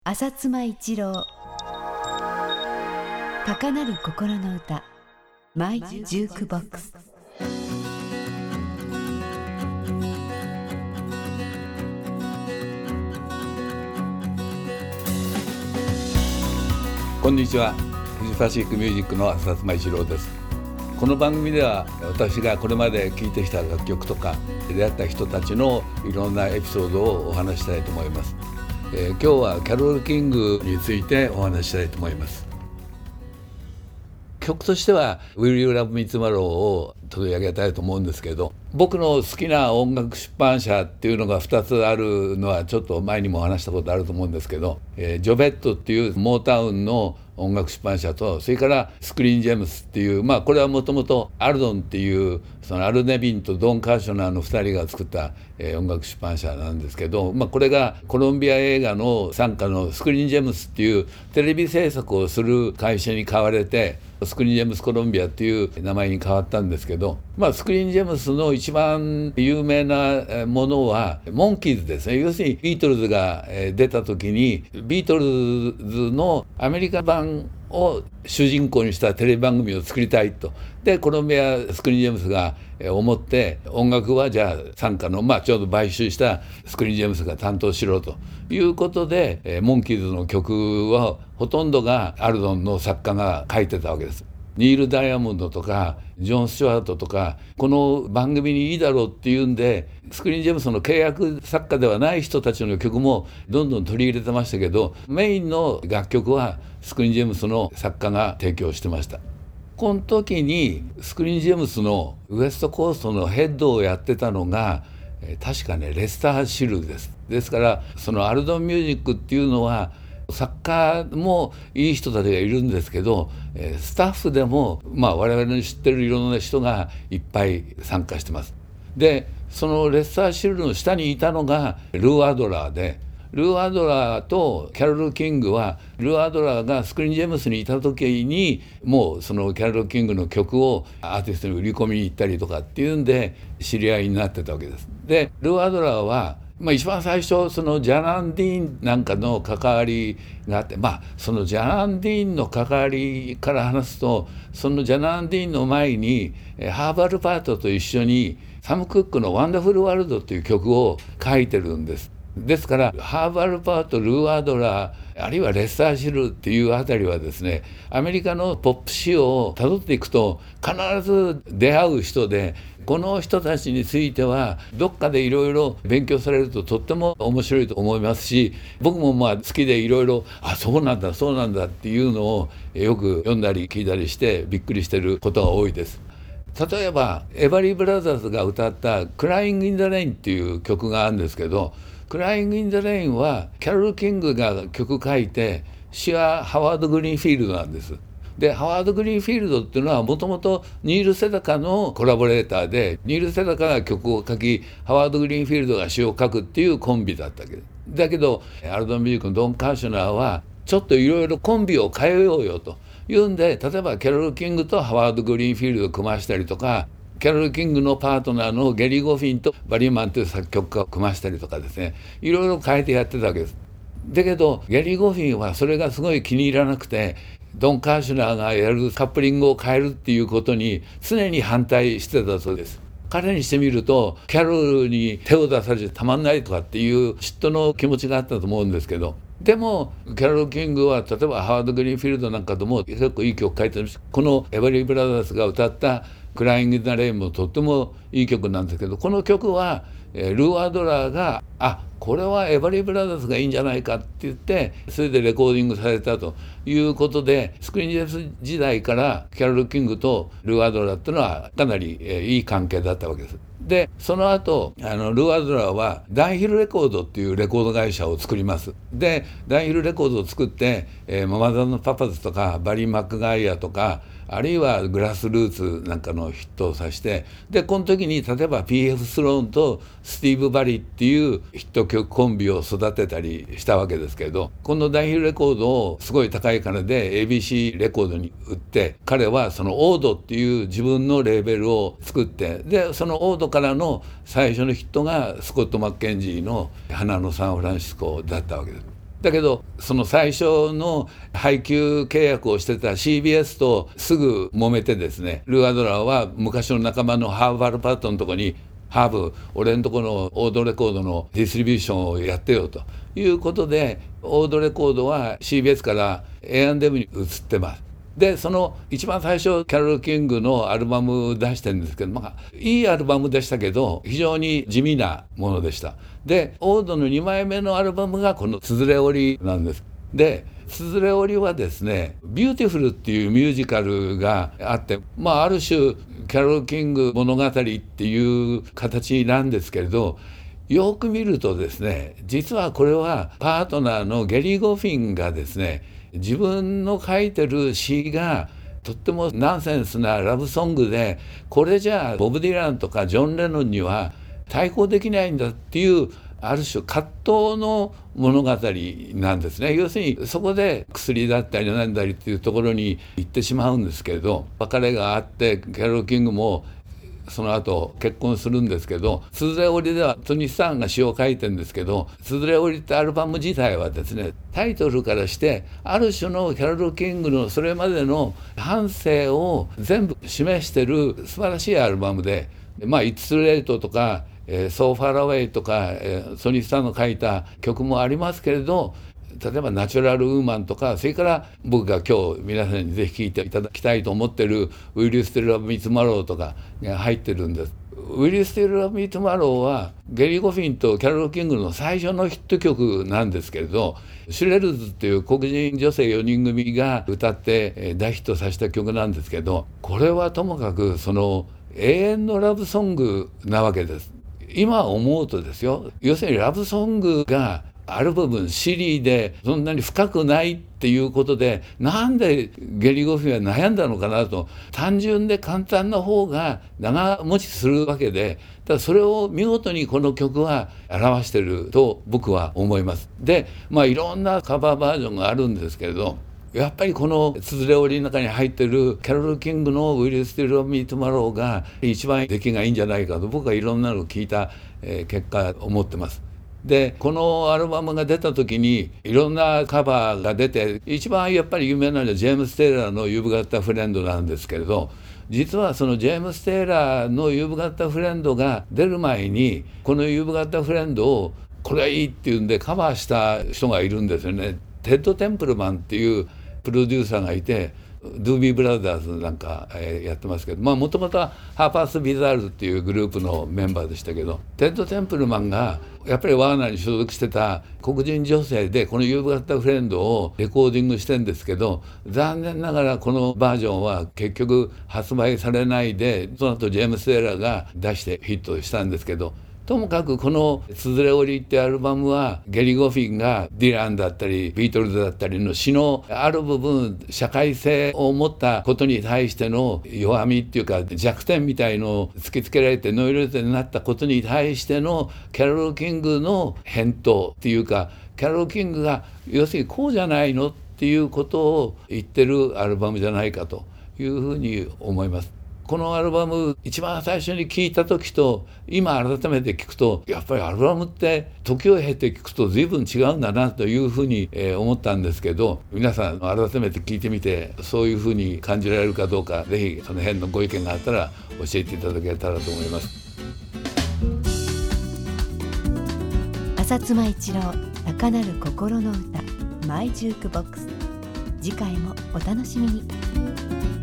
浅妻一郎高鳴る心の歌マイジュークボックス。 こんにちは。フジファシックミュージックの浅妻一郎です。この番組では私がこれまで聴いてきた楽曲とか出会った人たちのいろんなエピソードをお話したいと思います。今日はキャロル・キングについてお話したいと思います。曲としては Will You Love Me Tomorrow を取り上げたいと思うんですけど、僕の好きな音楽出版社っていうのが2つあるのはちょっと前にも話したことあると思うんですけど、ジョベットっていうモータウンの音楽出版社と、それからスクリーンジェムスっていう、これはもともとアルドンっていうそのアル・ネビンとドン・カーショナーの2人が作った、音楽出版社なんですけど、これがコロンビア映画の傘下のスクリーンジェムスっていうテレビ制作をする会社に買われて、スクリーンジェムスコロンビアっていう名前に変わったんですけど、スクリーンジェムスの一番有名なものはモンキーズですね。要するにビートルズが出た時にビートルズのアメリカ版を主人公にしたテレビ番組を作りたいと。でコロンビアスクリーンジェムスが思って、音楽はじゃあ傘下のちょうど買収したスクリーンジェムスが担当しろということで、モンキーズの曲はほとんどがアルドンの作家が書いてたわけです。ニール・ダイヤモンドとかジョン・スチュワートとか、この番組にいいだろうっていうんでスクリーンジェムスの契約作家ではない人たちの曲もどんどん取り入れてましたけど、メインの楽曲はスクリーンジェムスの作家が提供してました。この時にスクリーンジェムスのウエストコーストのヘッドをやってたのが確かレスター・シルです。ですからそのアルドンミュージックっていうのは作家もいい人たちがいるんですけど、スタッフでも我々の知ってるいろんな人がいっぱい参加してます。でそのレッサー・シルの下にいたのがルー・アドラーで、ルー・アドラーとキャロル・キングはルー・アドラーがスクリーンジェムスにいた時にもうそのキャロル・キングの曲をアーティストに売り込みに行ったりとかっていうんで知り合いになってたわけです。でルー・アドラーは一番最初そのジャナンディーンなんかの関わりがあって、そのジャナンディーンの関わりから話すと、そのジャナンディーンの前にハーバル・パートと一緒にサム・クックのワンダフル・ワールドっていう曲を書いてるんです。ですからハーバル・パート、ルー・アドラー、あるいはレッサー・シルっていうあたりはですね、アメリカのポップ史をたどっていくと必ず出会う人で、この人たちについてはどっかでいろいろ勉強されるととっても面白いと思いますし、僕も好きでいろいろそうなんだそうなんだっていうのをよく読んだり聞いたりしてびっくりしてることが多いです。例えばエバリー・ブラザーズが歌った「クライング・イン・ザ・レイン」っていう曲があるんですけど、クライング・イン・ザ・レインはキャロル・キングが曲書いて詩はハワード・グリーンフィールドなんです。でハワード・グリーンフィールドっていうのはもともとニール・セダカのコラボレーターで、ニール・セダカが曲を書きハワード・グリーンフィールドが詩を書くっていうコンビだったわけだけど、アルドンミュージックのドン・カーショナーはちょっといろいろコンビを変えようよというんで、例えばキャロル・キングとハワード・グリーンフィールドを組ましたりとか、キャロル・キングのパートナーのゲリー・ゴフィンとバリーマンという作曲家を組ましたりとかですね、いろいろ変えてやってたわけです。だけどゲリー・ゴフィンはそれがすごい気に入らなくて、ドン・カーシュナーがやるカップリングを変えるっていうことに常に反対してたそうです。彼にしてみるとキャロルに手を出されてたまんないとかっていう嫉妬の気持ちがあったと思うんですけど、でもキャロル・キングは例えばハワード・グリーンフィールドなんかでも結構いい曲書いてるし、このエバリー・ブラザーズが歌ったクライング・ザ・レインもとってもいい曲なんですけど、この曲はルー・アドラーがこれはエバリー・ブラザーズがいいんじゃないかって言って、それでレコーディングされたということで、スクリーンジェムス時代からキャロル・キングとルー・アドラーっていうのはかなりいい関係だったわけです。でその後ルー・アドラーはダンヒルレコードっていうレコード会社を作ります。でダンヒルレコードを作ってママザーのパパズとかバリー・マックガイアとか、あるいはグラスルーツなんかのヒットをさして、でこの時に例えば P.F. スローンとスティーブ・バリーっていうヒット曲コンビを育てたりしたわけですけれど、このダンヒルレコードをすごい高い金で ABC レコードに売って、彼はそのオードっていう自分のレーベルを作って、でそのオードからの最初のヒットがスコット・マッケンジーの花のサンフランシスコだったわけです。 だけどその最初の配給契約をしてた CBS とすぐ揉めてですね、ルー・アドラーは昔の仲間のハーブ・アルパートのとこに、ハーブ、俺のとこのオードレコードのディストリビューションをやってよということで、オードレコードは CBS から A&M に移ってます。でその一番最初キャロル・キングのアルバム出してるんですけど、いいアルバムでしたけど非常に地味なものでした。でオードの2枚目のアルバムがこのつづれ織なんです。でつづれ織はですね、ビューティフルっていうミュージカルがあって、ある種キャロル・キング物語っていう形なんですけれど、よく見るとですね、実はこれはパートナーのゲリー・ゴフィンがですね、自分の書いてる詩がとってもナンセンスなラブソングで、これじゃあボブ・ディランとかジョン・レノンには対抗できないんだっていうある種葛藤の物語なんですね。要するにそこで薬だったりなんだりっていうところに行ってしまうんですけれど、別れがあってキャロル・キングもその後結婚するんですけど、つづれ織ではトニー・スターンが詩を書いてるんですけど、つづれ織ってアルバム自体はですね、タイトルからしてある種のキャロル・キングのそれまでの半生を全部示してる素晴らしいアルバムで、It's Too LateとかSo Far Awayとかトニー・スターンの書いた曲もありますけれど、例えばナチュラルウーマンとか、それから僕が今日皆さんにぜひ聴いていただきたいと思ってる Will You Still Love Me Tomorrow とかが入ってるんです。Will You Still Love Me Tomorrow はゲリー・ゴフィンとキャロル・キングの最初のヒット曲なんですけれど、シュレルズっていう黒人女性4人組が歌って大ヒットさせた曲なんですけど、これはともかくその永遠のラブソングなわけです。今思うとですよ、要するにラブソングがある部分シリーでそんなに深くないっていうことで、なんでゲリー・ゴフィンは悩んだのかなと。単純で簡単な方が長持ちするわけで、ただそれを見事にこの曲は表してると僕は思います。でいろんなカバーバージョンがあるんですけれど、やっぱりこのつづれ織の中に入ってるキャロル・キングの Will You Still Love Me Tomorrow が一番出来がいいんじゃないかと僕はいろんなのを聞いた結果思ってます。でこのアルバムが出た時にいろんなカバーが出て、一番やっぱり有名なのはジェームス・テイラーの You've Got a Friendなんですけれど、実はそのジェームス・テイラーの You've Got a Friendが出る前にこの You've Got a Friendをこれはいいっていうんでカバーした人がいるんですよね。テッド・テンプルマンっていうプロデューサーがいて、ドゥービーブラザーズなんかやってますけど、もともとはハーパース・ビザールっていうグループのメンバーでしたけど、テッド・テンプルマンがやっぱりワーナーに所属してた黒人女性でこの You've Got a Friendをレコーディングしてるんですけど、残念ながらこのバージョンは結局発売されないで、その後ジェームス・テイラーが出してヒットしたんですけど、ともかくこのつづれ織ってアルバムはゲリー・ゴフィンがディランだったりビートルズだったりの詩のある部分社会性を持ったことに対しての弱みっていうか弱点みたいのを突きつけられてノイローゼになったことに対してのキャロル・キングの返答っていうか、キャロル・キングが要するにこうじゃないのっていうことを言ってるアルバムじゃないかというふうに思います。このアルバム一番最初に聴いた時と今改めて聴くと、やっぱりアルバムって時を経て聴くと随分違うんだなというふうに思ったんですけど、皆さん改めて聴いてみてそういうふうに感じられるかどうか、ぜひその辺のご意見があったら教えていただけたらと思います。 浅妻一郎高鳴る心の歌マイジュークボックス、次回もお楽しみに。